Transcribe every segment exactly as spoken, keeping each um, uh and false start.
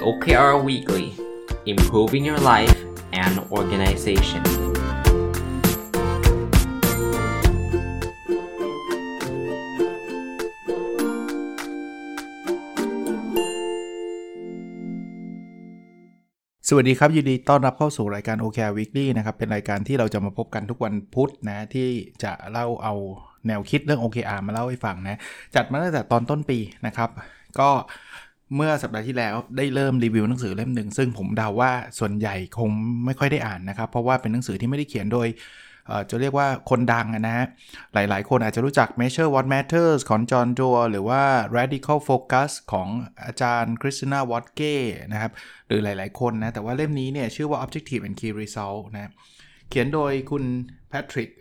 โอ เค อาร์ Weekly Improving Your Life and Organization สวัสดีครับยินดีต้อนรับเข้าสู่รายการ โอ เค อาร์ Weekly นะครับเป็นรายการที่เราจะมาพบกันทุกวันพุธนะที่จะเล่าเอาแนวคิดเรื่อง โอ เค อาร์ มาเล่าให้ฟังนะจัดมาตั้งแต่ตอนต้นปีนะครับก็เมื่อสัปดาห์ที่แล้วได้เริ่มรีวิวหนังสือเล่มหนึ่งซึ่งผมเดาว่าส่วนใหญ่คงไม่ค่อยได้อ่านนะครับเพราะว่าเป็นหนังสือที่ไม่ได้เขียนโดยเอ่อจะเรียกว่าคนดังนะฮะหลายๆคนอาจจะรู้จัก Measure What Matters ของ John Doerr หรือว่า Radical Focus ของอาจารย์ Christina Wodtke นะครับหรือหลายๆคนนะแต่ว่าเล่มนี้เนี่ยชื่อว่า Objective and Key Result นะเขียนโดยคุณ Patrick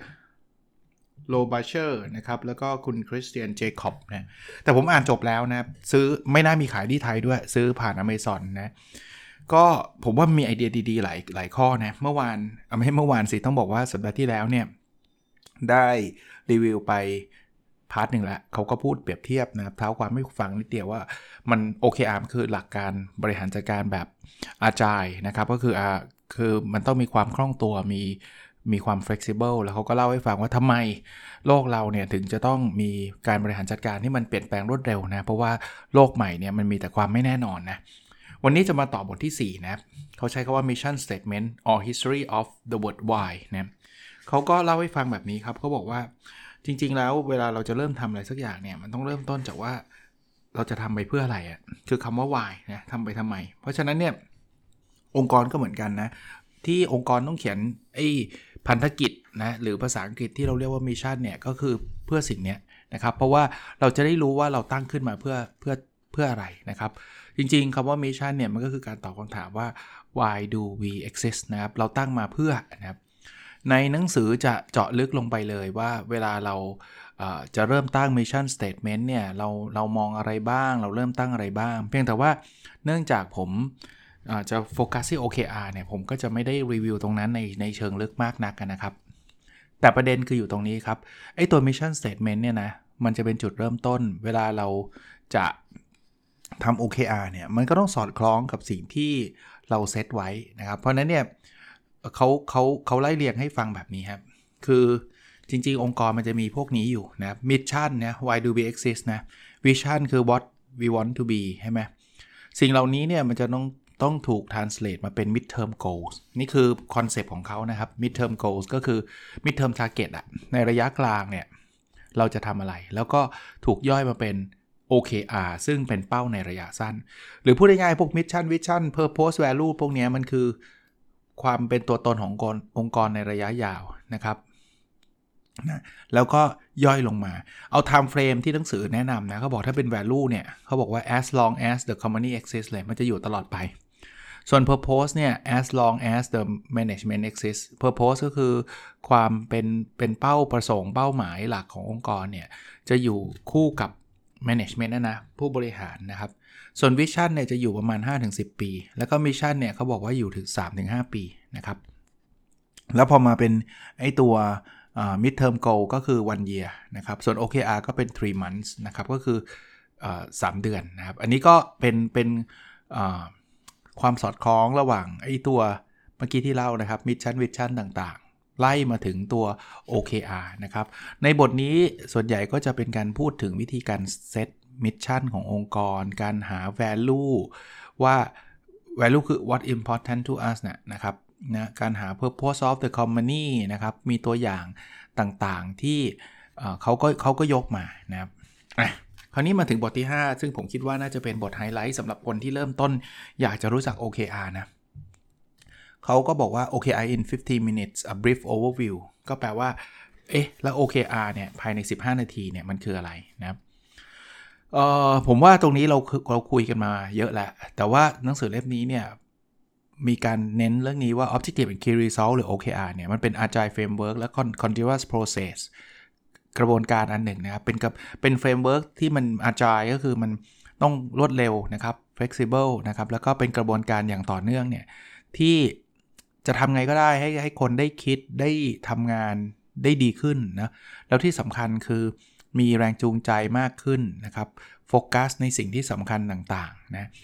Lobacher นะครับแล้วก็คุณ Christian Jacob นะแต่ผมอ่านจบแล้วนะซื้อไม่น่ามีขายที่ไทยด้วยซื้อผ่าน Amazon นะก็ผมว่ามีไอเดียดีๆหลายหลายข้อนะเมื่อวานเอาไม่ให้เมื่อวานสิต้องบอกว่าสัปดาห์ที่แล้วเนี่ยได้รีวิวไปพาร์ทหนึ่งแล้วเขาก็พูดเปรียบเทียบนะครับเท้าความให้ฟังนิดเดียวว่ามัน โอ เค อาร์ คือหลักการบริหารจัดการแบบอาจายนะครับก็คืออ่าคือมันต้องมีความคล่องตัวมีมีความ flexible แล้วเขาก็เล่าให้ฟังว่าทำไมโลกเราเนี่ยถึงจะต้องมีการบริหารจัดการที่มันเปลี่ยนแปลงรวดเร็วนะเพราะว่าโลกใหม่เนี่ยมันมีแต่ความไม่แน่นอนนะวันนี้จะมาต่อบทที่สี่นะเขาใช้คำว่า mission statement or history of the word why นะเขาก็เล่าให้ฟังแบบนี้ครับเขาบอกว่าจริงๆแล้วเวลาเราจะเริ่มทำอะไรสักอย่างเนี่ยมันต้องเริ่มต้นจากว่าเราจะทำไปเพื่ออะไรอ่ะคือคำว่า why นะทำไปทำไมเพราะฉะนั้นเนี่ยองค์กรก็เหมือนกันนะที่องค์กรต้องเขียนไอ้พันธกิจนะหรือภาษาอังกฤษที่เราเรียกว่า mission เนี่ยก็คือเพื่อสิ่งนี้นะครับเพราะว่าเราจะได้รู้ว่าเราตั้งขึ้นมาเพื่อเพื่อเพื่ออะไรนะครับจริงๆคำว่า mission เนี่ยมันก็คือการตอบคำถามว่า why do we exist นะครับเราตั้งมาเพื่อนะครับในหนังสือจะเจาะลึกลงไปเลยว่าเวลาเราจะเริ่มตั้ง mission statement เนี่ยเราเรามองอะไรบ้างเราเริ่มตั้งอะไรบ้างเพียงแต่ว่าเนื่องจากผมจะโฟกัสที่ โอ เค อาร์ เนี่ยผมก็จะไม่ได้รีวิวตรงนั้นในในเชิงลึกมากนักนะครับแต่ประเด็นคืออยู่ตรงนี้ครับไอ้ตัว mission statement เนี่ยนะมันจะเป็นจุดเริ่มต้นเวลาเราจะทำ โอ เค อาร์ เนี่ยมันก็ต้องสอดคล้องกับสิ่งที่เราเซตไว้นะครับเพราะนั้นเนี่ยเขาเขาเขาไล่เรียงให้ฟังแบบนี้ครับคือจริงๆองค์กรมันจะมีพวกนี้อยู่นะ mission นะ why do we exist นะ vision คือ what we want to be ใช่ไหมสิ่งเหล่านี้เนี่ยมันจะต้องต้องถูก translate มาเป็น midterm goals นี่คือคอนเซปต์ของเขานะครับ midterm goals ก็คือ midterm target อะในระยะกลางเนี่ยเราจะทำอะไรแล้วก็ถูกย่อยมาเป็น โอ เค อาร์ ซึ่งเป็นเป้าในระยะสั้นหรือพูดง่ายๆพวก mission vision purpose value พวกนี้มันคือความเป็นตัวตนขององค์กรองค์กรในระยะยาวนะครับนะแล้วก็ย่อยลงมาเอา time frame ที่หนังสือแนะนำนะเขาบอกถ้าเป็น value เนี่ยเขาบอกว่า as long as the company exists เลยมันจะอยู่ตลอดไปส่วน purpose เนี่ย as long as the management exists purpose ก็คือความเป็นเป็นเป้าประสงค์เป้าหมายหลักขององค์กรเนี่ยจะอยู่คู่กับ management นะนะผู้บริหารนะครับส่วน vision เนี่ยจะอยู่ประมาณ ห้าถึงสิบ ปีแล้วก็ mission เนี่ยเขาบอกว่าอยู่ถึง สามถึงห้า ปีนะครับแล้วพอมาเป็นไอ้ตัว uh, midterm goal ก็คือ one year นะครับส่วน โอ เค อาร์ ก็เป็น three months นะครับก็คือuh, สามเดือนนะครับอันนี้ก็เป็นเป็น uh,ความสอดคล้องระหว่างไอ้ตัวเมื่อกี้ที่เล่านะครับ mission vision ต่างๆไล่มาถึงตัว โอ เค อาร์ นะครับในบทนี้ส่วนใหญ่ก็จะเป็นการพูดถึงวิธีการเซต mission ขององค์กรการหา value ว่า value คือ what important to us นะนะครับนะการหา purpose of the company นะครับมีตัวอย่างต่างๆที่เขาก็เขาก็ยกมานะครับอ่ะคราวนี้มาถึงบทที่ห้าซึ่งผมคิดว่าน่าจะเป็นบทไฮไลท์สำหรับคนที่เริ่มต้นอยากจะรู้จัก โอ เค อาร์ นะเขาก็บอกว่า โอ เค อาร์ in fifteen minutes a brief overview ก็แปลว่าเอ๊ะแล้ว โอ เค อาร์ เนี่ยภายในสิบห้านาทีเนี่ยมันคืออะไรนะครับเอ่อผมว่าตรงนี้เราเราคุยกันมาเยอะแล้วแต่ว่าหนังสือเล่มนี้เนี่ยมีการเน้นเรื่องนี้ว่า Objective and Key Result หรือ โอ เค อาร์ เนี่ยมันเป็น Agile Framework และ Continuous Process กระบวนการอันหนึ่งนะครับเป็นกับเป็นเฟรมเวิร์กที่มัน Agile ก็คือมันต้องรวดเร็วนะครับ Flexible นะครับแล้วก็เป็นกระบวนการอย่างต่อเนื่องเนี่ยที่จะทำไงก็ได้ให้ให้คนได้คิดได้ทำงานได้ดีขึ้นนะแล้วที่สำคัญคือมีแรงจูงใจมากขึ้นนะครับโฟกัสในสิ่งที่สำคัญต่างๆนะ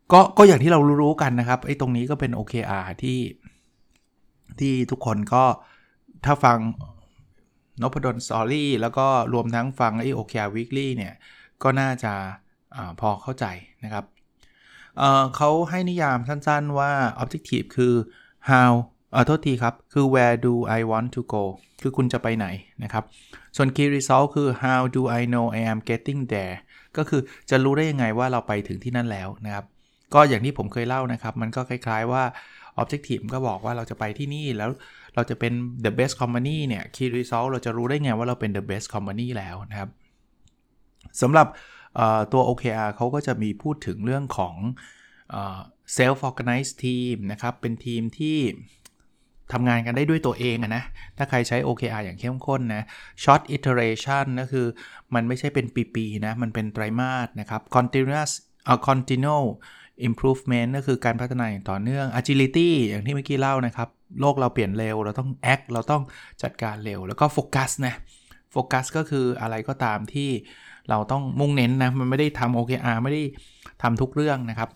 ก็ก็อย่างที่เรารู้ๆกันนะครับไอ้ตรงนี้ก็เป็น โอ เค อาร์ ที่ที่ทุกคนก็ถ้าฟังนพดลสตอรี่แล้วก็รวมทั้งฟังไอ้ โอ เค อาร์ Weekly เนี่ยก็น่าจะอาพอเข้าใจนะครับ เอ่อเขาให้นิยามสั้นๆว่า objective คือ how เอ่อโทษทีครับคือ where do I want to go คือคุณจะไปไหนนะครับส่วน key result คือ how do I know I am getting there ก็คือจะรู้ได้ยังไงว่าเราไปถึงที่นั่นแล้วนะครับก็อย่างที่ผมเคยเล่านะครับมันก็คล้ายๆว่า objective ก็บอกว่าเราจะไปที่นี่แล้วเราจะเป็น the best company เนี่ย key result เราจะรู้ได้ไงว่าเราเป็น the best company แล้วนะครับสำหรับตัว โอ เค อาร์ เขาก็จะมีพูดถึงเรื่องของ self organized team นะครับเป็นทีมที่ทำงานกันได้ด้วยตัวเองนะถ้าใครใช้ โอ เค อาร์ อย่างเข้มข้นนะ short iteration ก็คือมันไม่ใช่เป็นปีๆนะมันเป็นไตรมาสนะครับ continuous uh, continual improvement ก็คือการพัฒนาอย่างต่อเนื่อง agility อย่างที่เมื่อกี้เล่านะครับโลกเราเปลี่ยนเร็วเราต้อง act เราต้องจัดการเร็วแล้วก็ focus นะ focus ก็คืออะไรก็ตามที่เราต้องมุ่งเน้นนะมันไม่ได้ทำ โอ เค อาร์ ไม่ได้ทำทุกเรื่องนะครับ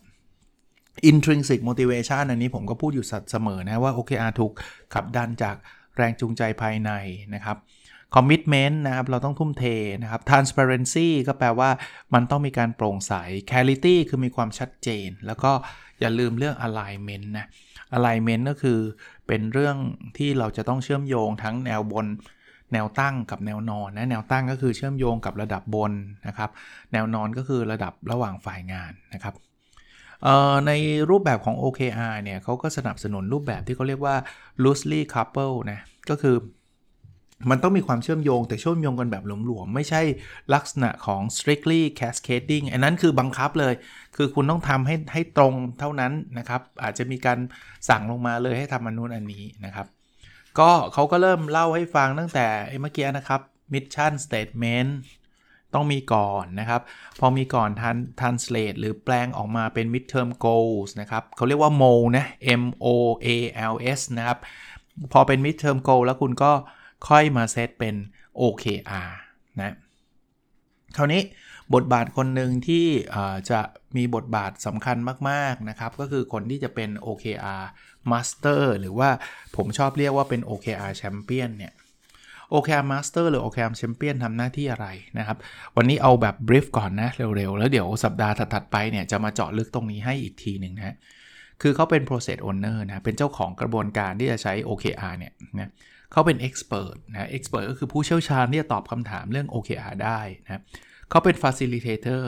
intrinsic motivation อันนี้ผมก็พูดอยู่เสมอนะว่า โอ เค อาร์ ถูกขับดันจากแรงจูงใจภายในนะครับ commitment นะครับเราต้องทุ่มเทนะครับ transparency ก็แปลว่ามันต้องมีการโปร่งใส clarity คือมีความชัดเจนแล้วก็อย่าลืมเรื่อง alignment นะ alignment ก็คือเป็นเรื่องที่เราจะต้องเชื่อมโยงทั้งแนวบนแนวตั้งกับแนวนอนนะแนวตั้งก็คือเชื่อมโยงกับระดับบนนะครับแนวนอนก็คือระดับระหว่างฝ่ายงานนะครับในรูปแบบของ โอ เค อาร์ เนี่ยเขาก็สนับสนุนรูปแบบที่เขาเรียกว่า loosely couple นะก็คือมันต้องมีความเชื่อมโยงแต่เชื่อมโยงกันแบบหลวมๆไม่ใช่ลักษณะของ strictly cascading อันนั้นคือบังคับเลยคือคุณต้องทำให้ให้ตรงเท่านั้นนะครับอาจจะมีการสั่งลงมาเลยให้ทำอันนู้นอันนี้นะครับก็เขาก็เริ่มเล่าให้ฟังตั้งแต่เมื่อกี้นะครับ mission statement ต้องมีก่อนนะครับพอมีก่อน translate หรือแปลงออกมาเป็น midterm goals นะครับเขาเรียกว่า โม นะ M O A L S นะครับพอเป็น midterm goal แล้วคุณก็ค่อยมาเซตเป็น โอ เค อาร์ นะคราวนี้บทบาทคนหนึ่งที่จะมีบทบาทสำคัญมากๆนะครับก็คือคนที่จะเป็น โอ เค อาร์ Master หรือว่าผมชอบเรียกว่าเป็น โอ เค อาร์ Champion เนี่ย โอ เค อาร์ Master หรือ โอ เค อาร์ Champion ทำหน้าที่อะไรนะครับวันนี้เอาแบบ brief ก่อนนะเร็วๆแล้วเดี๋ยวสัปดาห์ถัดๆไปเนี่ยจะมาเจาะลึกตรงนี้ให้อีกทีหนึ่งนะคือเขาเป็น process owner นะเป็นเจ้าของกระบวนการที่จะใช้ โอ เค อาร์ เนี่ยนะเขาเป็น expert นะ expert ก็คือผู้เชี่ยวชาญที่จะตอบคำถามเรื่อง โอ เค อาร์ ได้นะเขาเป็น facilitator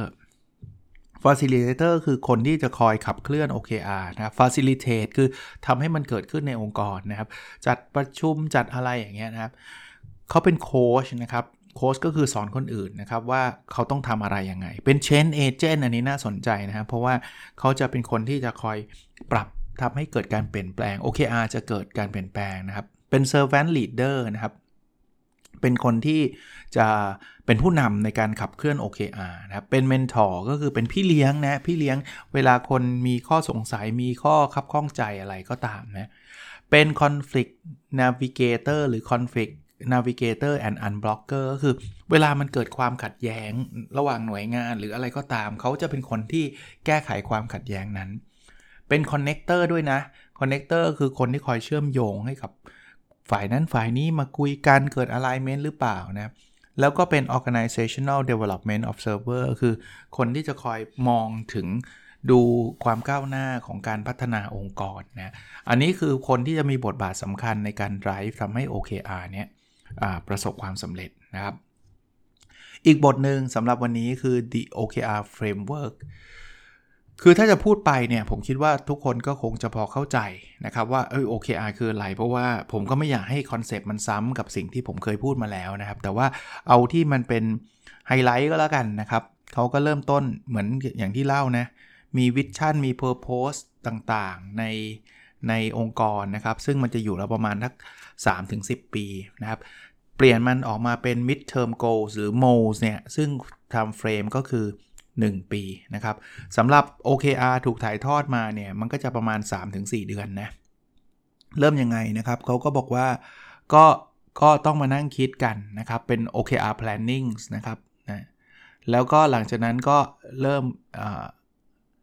facilitator คือคนที่จะคอยขับเคลื่อน โอ เค อาร์ นะ facilitate คือทำให้มันเกิดขึ้นในองค์กรนะครับจัดประชุมจัดอะไรอย่างเงี้ยนะครับเขาเป็นโค้ชนะครับโค้ชก็คือสอนคนอื่นนะครับว่าเขาต้องทำอะไรยังไงเป็น change agent อันนี้น่าสนใจนะครับเพราะว่าเขาจะเป็นคนที่จะคอยปรับทำให้เกิดการเปลี่ยนแปลง โอ เค อาร์ จะเกิดการเปลี่ยนแปลงนะครับเป็น servant leader นะครับเป็นคนที่จะเป็นผู้นำในการขับเคลื่อน โอ เค อาร์ นะครับเป็น mentor ก็คือเป็นพี่เลี้ยงนะพี่เลี้ยงเวลาคนมีข้อสงสัยมีข้อคับข้องใจอะไรก็ตามนะเป็น conflict navigator หรือ conflict navigator and unblocker ก็คือเวลามันเกิดความขัดแย้งระหว่างหน่วยงานหรืออะไรก็ตามเขาจะเป็นคนที่แก้ไขความขัดแย้งนั้นเป็น connector ด้วยนะ connector คือคนที่คอยเชื่อมโยงให้กับฝ่ายนั้นฝ่ายนี้มาคุยกันเกิด alignment หรือเปล่านะแล้วก็เป็น organizational development observer คือคนที่จะคอยมองถึงดูความก้าวหน้าของการพัฒนาองค์กรนะอันนี้คือคนที่จะมีบทบาทสำคัญในการ drive ทำให้ โอ เค อาร์ เนี่ยประสบความสำเร็จนะครับอีกบทหนึ่งสำหรับวันนี้คือ the โอ เค อาร์ framework คือถ้าจะพูดไปเนี่ยผมคิดว่าทุกคนก็คงจะพอเข้าใจนะครับว่าเออ โอ เค อาร์ คืออะไรเพราะว่าผมก็ไม่อยากให้คอนเซปต์มันซ้ำกับสิ่งที่ผมเคยพูดมาแล้วนะครับแต่ว่าเอาที่มันเป็นไฮไลท์ก็แล้วกันนะครับเขาก็เริ่มต้นเหมือนอย่างที่เล่านะมีวิชั่นมีเพอร์โพสต่างๆในในองค์กรนะครับซึ่งมันจะอยู่แล้วประมาณสัก สามถึงสิบ ปีนะครับเปลี่ยนมันออกมาเป็น mid term goals หรือ โม เนี่ยซึ่ง time frame ก็คือหนึ่งปีนะครับสำหรับ โอ เค อาร์ ถูกถ่ายทอดมาเนี่ยมันก็จะประมาณ สามถึงสี่ เดือนนะเริ่มยังไงนะครับเขาก็บอกว่าก็ก็ต้องมานั่งคิดกันนะครับเป็น โอ เค อาร์ planning นะครับนะแล้วก็หลังจากนั้นก็เริ่ม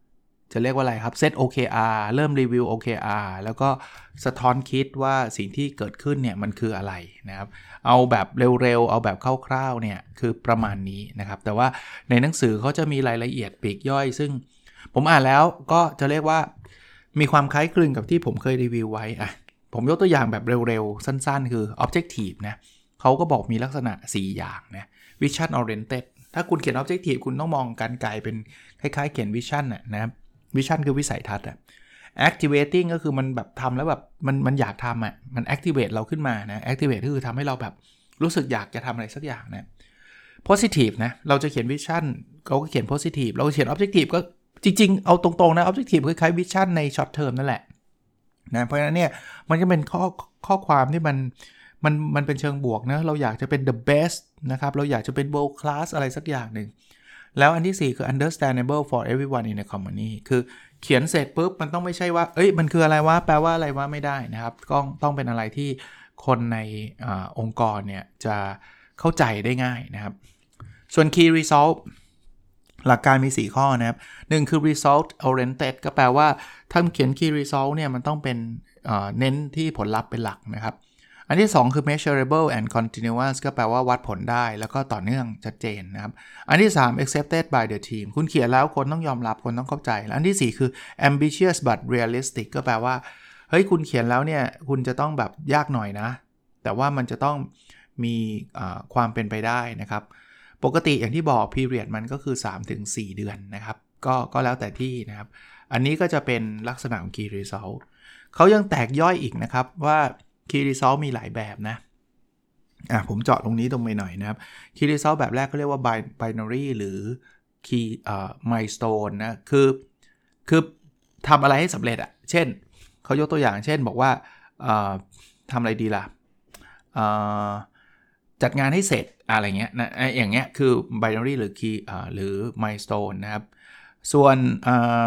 จะเรียกว่าอะไรครับเซต โอ เค อาร์ เริ่มรีวิว โอ เค อาร์ แล้วก็สะท้อนคิดว่าสิ่งที่เกิดขึ้นเนี่ยมันคืออะไรนะครับเอาแบบเร็วๆเอาแบบคร่าวๆเนี่ยคือประมาณนี้นะครับแต่ว่าในหนังสือเขาจะมีรายละเอียดปลีกย่อยซึ่งผมอ่านแล้วก็จะเรียกว่ามีความคล้ายคลึงกับที่ผมเคยรีวิวไว้อ่ะผมยกตัวอย่างแบบเร็วๆสั้นๆคือ objective นะเขาก็บอกมีลักษณะสี่อย่างนะ vision oriented ถ้าคุณเขียน objective คุณต้องมองการไกลเป็นคล้ายๆเขียน vision น่ะนะครับ vision คือวิสัยทัศน์อ่ะ activating ก็คือมันแบบทำแล้วแบบมันมันอยากทำอ่ะมัน activate เราขึ้นมานะ activate ก็คือทำให้เราแบบรู้สึกอยากจะทำอะไรสักอย่างนะ positive นะเราจะเขียน vision เขาก็เขียน positive เราเขียน objective ก็จริงๆเอาตรงๆนะ objective คล้ายๆ vision ใน short term นั่นแหละนะเพราะฉะนั้นเนี่ยมันก็เป็นข้อข้อความที่มันมันมันเป็นเชิงบวกนะเราอยากจะเป็น the best นะครับเราอยากจะเป็น world class อะไรสักอย่างหนึ่งแล้วอันที่สี่คือ understandable for everyone in the company คือเขียนเสร็จปุ๊บมันต้องไม่ใช่ว่าเอ้ยมันคืออะไรวะแปลว่าอะไรวะไม่ได้นะครับต้องต้องเป็นอะไรที่คนในอาองค์กรเนี่ยจะเข้าใจได้ง่ายนะครับส่วน key result หลักการมีสี่ข้อนะครับหนึ่งคือ result oriented ก็แปลว่าถ้าเขียน key result เนี่ยมันต้องเป็นเน้นที่ผลลัพธ์เป็นหลักนะครับอันที่สองคือ measurable and continuous ก็แปลว่าวัดผลได้แล้วก็ต่อเนื่องชัดเจนนะครับอันที่สาม accepted by the team คุณเขียนแล้วคนต้องยอมรับคนต้องเข้าใจแล้วอันที่สี่คือ ambitious but realistic ก็แปลว่าเฮ้ยคุณเขียนแล้วเนี่ยคุณจะต้องแบบยากหน่อยนะแต่ว่ามันจะต้องมีความเป็นไปได้นะครับปกติอย่างที่บอก period มันก็คือ สามถึงสี่ เดือนนะครับก็ก็แล้วแต่ที่นะครับอันนี้ก็จะเป็นลักษณะของ key result เขายังแตกย่อยอีกนะครับว่า key result มีหลายแบบนะอ่ะผมเจาะตรงนี้ตรงไปหน่อยนะครับ key result แบบแรกเขาเรียกว่า binary หรือ key เอ่อ milestone นะคือคือทำอะไรให้สำเร็จอ่ะเช่นเขายกตัวอย่างเช่นบอกว่าเอ่อทำอะไรดีล่ะเอ่อจัดงานให้เสร็จอะไรเงี้ยนะอย่างเงี้ยคือ binary หรือ key อ่าหรือ milestone นะครับส่วนเอ่อ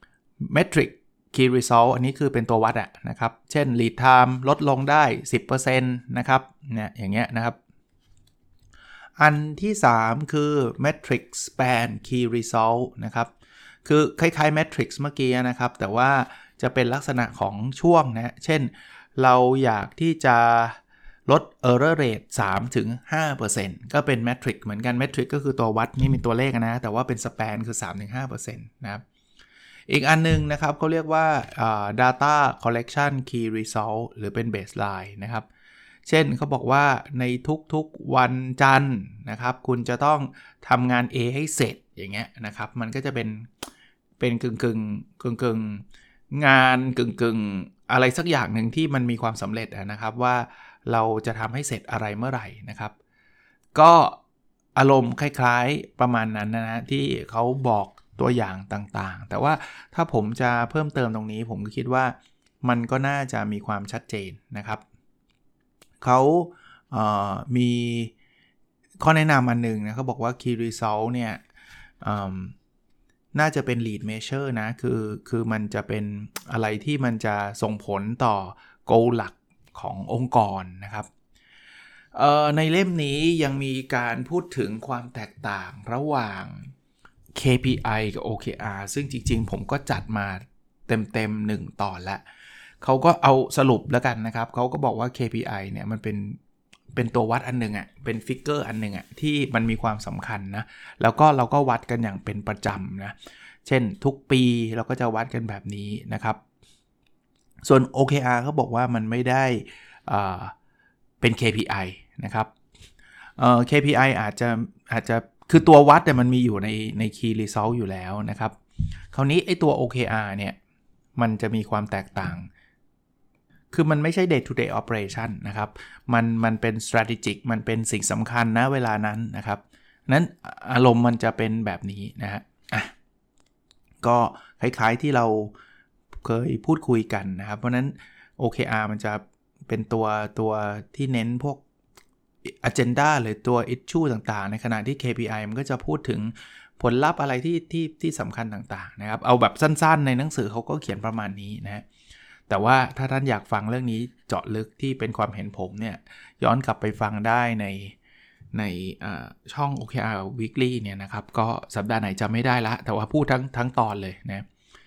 metric key result อันนี้คือเป็นตัววัดอะนะครับเช่น lead time ลดลงได้ สิบเปอร์เซ็นต์ นะครับเนี่ยอย่างเงี้ยนะครับอันที่สามคือ metric span key result นะครับคือคล้ายๆ metric เมื่อกี้นะครับแต่ว่าจะเป็นลักษณะของช่วงนะเช่นเราอยากที่จะลด error rate สามถึงห้าเปอร์เซ็นต์ ก็เป็น metric เหมือนกัน metric ก็คือตัววัดนี่มีตัวเลขนะแต่ว่าเป็น span คือ สามถึงห้าเปอร์เซ็นต์ นะครับอีกอันนึงนะครับเขาเรียกว่า uh, data collection key result หรือเป็น baseline นะครับเช่นเขาบอกว่าในทุกๆวันจันทร์นะครับคุณจะต้องทำงาน A ให้เสร็จอย่างเงี้ยนะครับมันก็จะเป็นเป็นกึ่งกึ่งกึ่งกึ่งงานกึ่งกึ่งอะไรสักอย่างหนึ่งที่มันมีความสำเร็จนะครับว่าเราจะทำให้เสร็จอะไรเมื่อไหร่นะครับก็อารมณ์คล้ายๆประมาณนั้นนะฮะที่เขาบอกตัวอย่างต่างๆแต่ว่าถ้าผมจะเพิ่มเติมตรงนี้ผมก็คิดว่ามันก็น่าจะมีความชัดเจนนะครับเขาเอ่อมีข้อแนะนำอันหนึ่งนะเขาบอกว่า key result เนี่ยน่าจะเป็น lead measure นะคือคือมันจะเป็นอะไรที่มันจะส่งผลต่อ goal หลักขององค์กรนะครับในเล่มนี้ยังมีการพูดถึงความแตกต่างระหว่าง เค พี ไอ กับ โอ เค อาร์ ซึ่งจริงๆผมก็จัดมาเต็มๆหนึ่งตอนแล้วเขาก็เอาสรุปแล้วกันนะครับเขาก็บอกว่า เค พี ไอ เนี่ยมันเป็นเป็นตัววัดอันนึงอ่ะเป็นฟิกเกอร์อันนึงอ่ะที่มันมีความสำคัญนะแล้วก็เราก็วัดกันอย่างเป็นประจำนะเช่นทุกปีเราก็จะวัดกันแบบนี้นะครับส่วน โอ เค อาร์ เขาบอกว่ามันไม่ได้อ่าเป็น เค พี ไอ นะครับเอ่อ เค พี ไอ อาจจะอาจจะคือตัววัดแต่มันมีอยู่ในใน Key Result อยู่แล้วนะครับคราวนี้ไอ้ตัว โอ เค อาร์ เนี่ยมันจะมีความแตกต่างคือมันไม่ใช่ day to day operation นะครับมันมันเป็น strategic มันเป็นสิ่งสำคัญนะเวลานั้นนะครับนั้นอารมณ์มันจะเป็นแบบนี้นะฮะอ่ะก็คล้ายๆที่เราเคยพูดคุยกันนะครับเพราะนั้น โอ เค อาร์ มันจะเป็นตัวตัวที่เน้นพวกagenda หรือตัว issue ต่างๆในขณะที่ เค พี ไอ มันก็จะพูดถึงผลลัพธ์อะไรที่ที่ที่สำคัญต่างๆนะครับเอาแบบสั้นๆในหนังสือเขาก็เขียนประมาณนี้นะแต่ว่าถ้าท่านอยากฟังเรื่องนี้เจาะลึกที่เป็นความเห็นผมเนี่ยย้อนกลับไปฟังได้ในในช่อง โอ เค อาร์ Weekly เนี่ยนะครับก็สัปดาห์ไหนจำไม่ได้ละแต่ว่าพูดทั้งทั้งตอนเลยนะ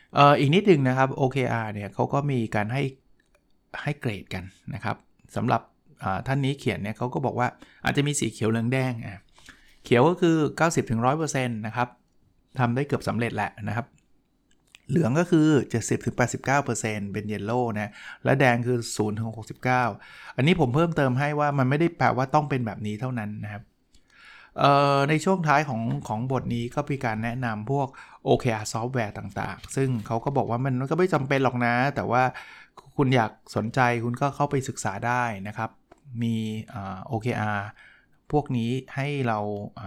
เอ่ออีกนิดนึงนะครับ โอ เค อาร์ เนี่ยเขาก็มีการให้ให้เกรดกันนะครับสำหรับท่านนี้เขียนเนี่ยเขาก็บอกว่าอาจจะมีสีเขียวเหลืองแดงอ่ะเขียวก็คือ เก้าสิบถึงหนึ่งร้อยเปอร์เซ็นต์ นะครับทำได้เกือบสำเร็จแหละนะครับเหลืองก็คือ เจ็ดสิบถึงแปดสิบเก้าเปอร์เซ็นต์ เป็นเยลโล่นะและแดงคือ ศูนย์ถึงหกสิบเก้า อันนี้ผมเพิ่มเติมให้ว่ามันไม่ได้แปลว่าต้องเป็นแบบนี้เท่านั้นนะครับในช่วงท้ายของของบทนี้ก็มีการแนะนำพวก โอ เค อาร์ ซอฟต์แวร์ต่างๆซึ่งเขาก็บอกว่ามันก็ไม่จำเป็นหรอกนะแต่ว่าคุณอยากสนใจคุณก็เข้าไปศึกษาได้นะครับมีอ่า โอ เค อาร์ พวกนี้ให้เรา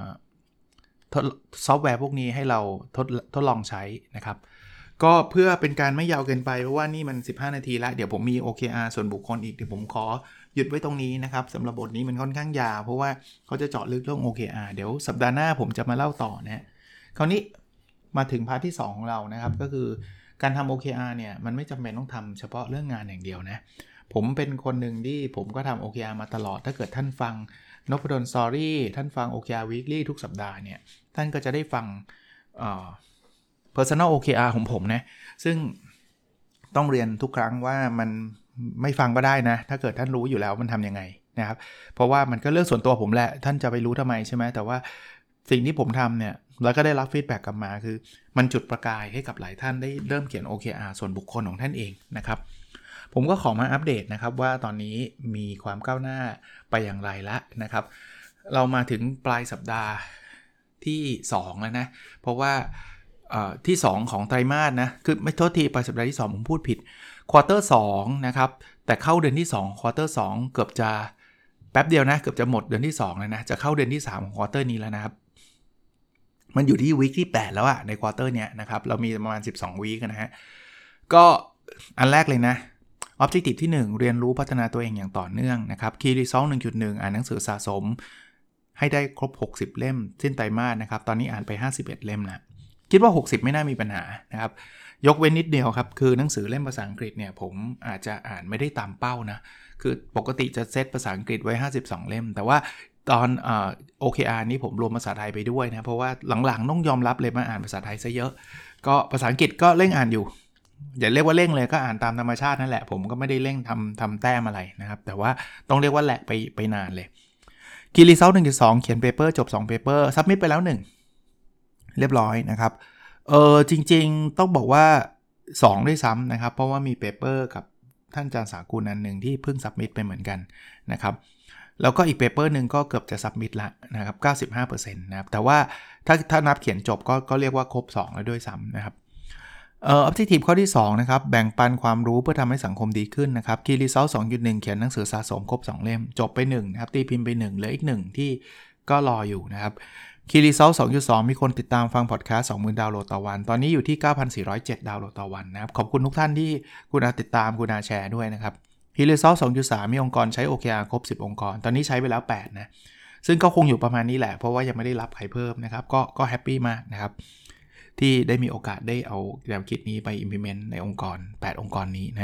ซอฟต์แวร์พวกนี้ให้เราทดทดลองใช้นะครับก็เพื่อเป็นการไม่ยาวเกินไปเพราะว่านี่มันสิบห้านาทีแล้วเดี๋ยวผมมี โอ เค อาร์ ส่วนบุคคลอีกเดี๋ยวผมขอหยุดไว้ตรงนี้นะครับสำหรับบทนี้มันค่อนข้างยาวเพราะว่าเขาจะเจาะลึกเรื่อง โอ เค อาร์ เดี๋ยวสัปดาห์หน้าผมจะมาเล่าต่อนะคราวนี้มาถึงพาร์ทที่สองของเรานะครับก็คือการทำ โอ เค อาร์ เนี่ยมันไม่จำเป็นต้องทำเฉพาะเรื่องงานอย่างเดียวนะผมเป็นคนหนึ่งที่ผมก็ทำ โอ เค อาร์ มาตลอดถ้าเกิดท่านฟังนพดล Story ท่านฟัง โอ เค อาร์ Weekly ทุกสัปดาห์เนี่ยท่านก็จะได้ฟังเอ่อ Personal โอ เค อาร์ ของผมนะซึ่งต้องเรียนทุกครั้งว่ามันไม่ฟังก็ได้นะถ้าเกิดท่านรู้อยู่แล้วมันทำยังไงนะครับเพราะว่ามันก็เรื่องส่วนตัวผมแหละท่านจะไปรู้ทำไมใช่ไหมแต่ว่าสิ่งที่ผมทำเนี่ยแล้วก็ได้รับฟีดแบ็กกลับมาคือมันจุดประกายให้กับหลายท่านได้เริ่มเขียน โอ เค อาร์ ส่วนบุคคลของท่านเองนะครับผมก็ขอมาอัปเดตนะครับว่าตอนนี้มีความก้าวหน้าไปอย่างไรละนะครับเรามาถึงปลายสัปดาห์ที่สองแล้วนะเพราะว่าที่สองของไตรมาสนะคือไม่โทษทีปลายสัปดาห์ที่สองผมพูดผิดควอเตอร์สองนะครับแต่เข้าเดือนที่สองควอเตอร์สองเกือบจะแป๊บเดียวนะเกือบจะหมดเดือนที่สองแล้วนะจะเข้าเดือนที่สามของควอเตอร์นี้แล้วนะครับมันอยู่ที่วีคที่แปดแล้วอะในควอเตอร์เนี้ยนะครับเรามีประมาณสิบสองวีคนะฮะก็อันแรกเลยนะ Objective ที่หนึ่งเรียนรู้พัฒนาตัวเองอย่างต่อเนื่องนะครับ Key Result หนึ่งจุดหนึ่ง อ่านหนังสือสะสมให้ได้ครบหกสิบเล่มสิ้นไตรมาสนะครับตอนนี้อ่านไปห้าสิบเอ็ดเล่มแล้วคิดว่าหกสิบไม่น่ามีปัญหานะครับยกเว้นนิดเดียวครับคือหนังสือเล่มภาษาอังกฤษเนี่ยผมอาจจะอ่านไม่ได้ตามเป้านะคือปกติจะเซตภาษาอังกฤษไว้ห้าสิบสองเล่มแต่ว่าตอนเอ่อ โอ เค อาร์ นี้ผมรวมภาษาไทยไปด้วยนะเพราะว่าหลังๆต้องยอมรับเลยมาอ่านภาษาไทยซะเยอะก็ภาษาอังกฤษก็เร่งอ่านอยู่อย่าเรียกว่าเร่งเลยก็อ่านตามธรรมชาตินั่นแหละผมก็ไม่ได้เร่งทำทำแต้มอะไรนะครับแต่ว่าต้องเรียกว่าแหลกไปไปนานเลยคีรีเซล หนึ่งจุดสอง เขียนเปเปอร์จบสองเปเปอร์ซับมิทไปแล้วหนึ่งเรียบร้อยนะครับเออจริงๆต้องบอกว่าสองด้วยซ้ำนะครับเพราะว่ามีเปเปอร์กับท่านอาจารย์สากุลอันหนึ่งที่เพิ่งซับมิทไปเหมือนกันนะครับแล้วก็อีกเปเปอร์นึงก็เกือบจะซับมิทละนะครับ เก้าสิบห้าเปอร์เซ็นต์ นะครับแต่ว่าถ้าถ้านับเขียนจบก็ก็เรียกว่าครบสองแล้วด้วยซ้ำนะครับเอ่อ Objective ข้อที่สองนะครับแบ่งปันความรู้เพื่อทำให้สังคมดีขึ้นนะครับ Key Result สองจุดหนึ่ง เขียนหนังสือสะสมครบสองเล่มจบไปหนึ่งนะครับตีพิมพ์ไปหนึ่งเหลืออีกหนึ่งที่ก็รออยู่นะครับ Key Result สองจุดสอง มีคนติดตามฟังพอดแคสต์ สองหมื่น ดาวน์โหลดต่อวันตอนนี้อยู่ที่ เก้าพันสี่ร้อยเจ็ด ดาวน์โหลดต่อวันนะครับขอบคุณทุกท่านที่คุณอาติดตามคุณอาแชร์ด้วยนะครับ Key Result สองจุดสาม มีองค์กรใช้ โอ เค อาร์ ครบสิบองค์กรตอนนี้ใช้ไปแล้วแปดนะซึ่งก็คงอยู่ประมาณนี้แหละเพราะว่ายังไม่ได้รับใครเพิ่มนะครับก็ก็แฮปปี้มากนะครับที่ได้มีโอกาสได้เอาแนวคิดนี้ไป implement ในองค์กรแปดองค์กรนี้นะ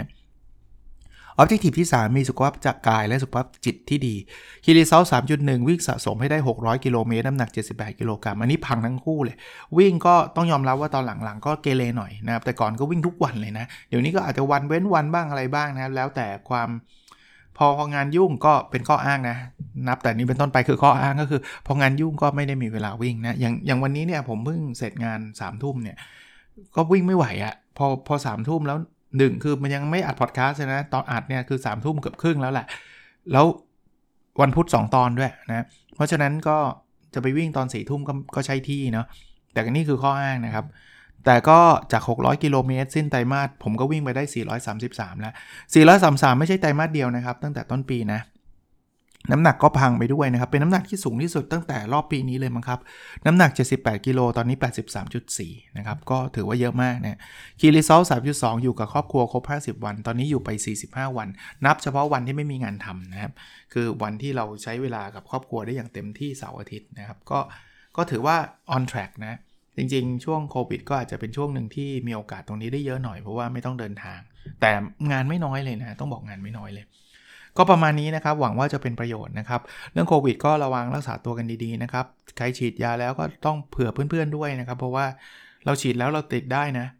Objective ที่สามมีสุขภาพจากกายและสุขภาพจิตที่ดี Key Result สามจุดหนึ่ง วิ่งสะสมให้ได้หกร้อยกิโลเมตรน้ำหนักเจ็ดสิบแปดกิโลกรัมอันนี้พังทั้งคู่เลยวิ่งก็ต้องยอมรับว่าตอนหลังๆก็เกเรหน่อยนะครับแต่ก่อนก็วิ่งทุกวันเลยนะเดี๋ยวนี้ก็อาจจะวันเว้นวันบ้างอะไรบ้างนะครับแล้วแต่ความพอพองานยุ่งก็เป็นข้ออ้างนะนับแต่นี้เป็นต้นไปคือข้ออ้างก็คือพองานยุ่งก็ไม่ได้มีเวลาวิ่งนะอย่างอย่างวันนี้เนี่ยผมเพิ่งเสร็จงานสามทุ่มเนี่ยก็วิ่งไม่ไหวอะพอพอสามทุ่มแล้วหนึ่งคือมันยังไม่อัดพอดแคสต์นะตอนอัดเนี่ยคือสามทุ่มเกือบครึ่งแล้วแหละแล้ววันพุธสองตอนด้วยนะเพราะฉะนั้นก็จะไปวิ่งตอนสี่ทุ่มก็ก็ใช้ที่เนาะแต่นี่คือข้ออ้างนะครับแต่ก็จากหกร้อยกิโลเมตรสิ้นไตรมาสผมก็วิ่งไปได้สี่ร้อยสามสิบสามแล้วสี่ร้อยสามสิบสามไม่ใช่ไตรมาสเดียวนะครับตั้งแต่ต้นปีนะน้ำหนักก็พังไปด้วยนะครับเป็นน้ำหนักที่สูงที่สุดตั้งแต่รอบปีนี้เลยมั้งครับน้ำหนักเจ็ดสิบแปดกิโลตอนนี้ แปดสิบสามจุดสี่ นะครับก็ถือว่าเยอะมากนะ Key Result สามจุดสอง อยู่กับครอบครัวครบห้าสิบวันตอนนี้อยู่ไปสี่สิบห้าวันนับเฉพาะวันที่ไม่มีงานทำนะครับคือวันที่เราใช้เวลากับครอบครัวได้อย่างเต็มที่เสาร์อาทิตย์นะครับก็ก็ถือว่า on track นะจริงๆช่วงโควิดก็อาจจะเป็นช่วงหนึ่งที่มีโอกาสตรงนี้ได้เยอะหน่อยเพราะว่าไม่ต้องเดินทางแต่งานไม่น้อยเลยนะต้องบอกงานไม่น้อยเลยก็ประมาณนี้นะครับหวังว่าจะเป็นประโยชน์นะครับเรื่องโควิดก็ระวังรักษาตัวกันดีๆนะครับใครฉีดยาแล้วก็ต้องเผื่อเพื่อนๆด้วยนะครับเพราะว่าเราฉีดแล้วเราติดได้นะ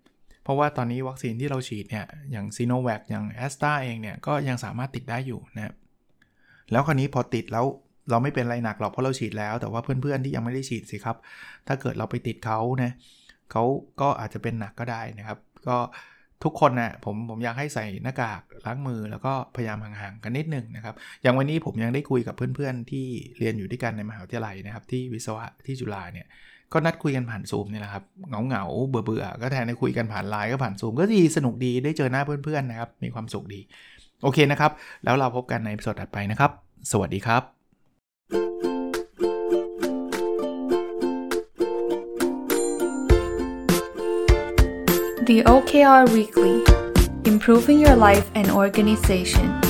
เพราะว่าตอนนี้วัคซีนที่เราฉีดเนี่ยอย่างซีโนแวคอย่างแอสตราเองเนี่ยก็ยังสามารถติดได้อยู่นะแล้วคราวนี้พอติดแล้วเราไม่เป็นไรหนักหรอกเพราะเราฉีดแล้วแต่ว่าเพื่อนๆที่ยังไม่ได้ฉีดสิครับถ้าเกิดเราไปติดเขานะเขาก็อาจจะเป็นหนักก็ได้นะครับก็ทุกคนนะผมผมอยากให้ใส่หน้ากากล้างมือแล้วก็พยายามห่างๆกันนิดนึงนะครับอย่างวันนี้ผมยังได้คุยกับเพื่อนๆที่เรียนอยู่ด้วยกันในมหาวิทยาลัยนะครับที่วิศวะที่จุฬาเนี่ยก็นัดคุยกันผ่านซูมนี่แหละครับเหงาๆเบื่อๆก็แทนที่คุยกันผ่านไลน์ก็ผ่านซูมก็ดีสนุกดีได้เจอหน้าเพื่อนๆนะครับมีความสุขดีโอเคนะครับแล้วเราพบกันในตอนถัดไปนะครับสวัสดีครับ The โอ เค อาร์ Weekly Improving Your Life and Organization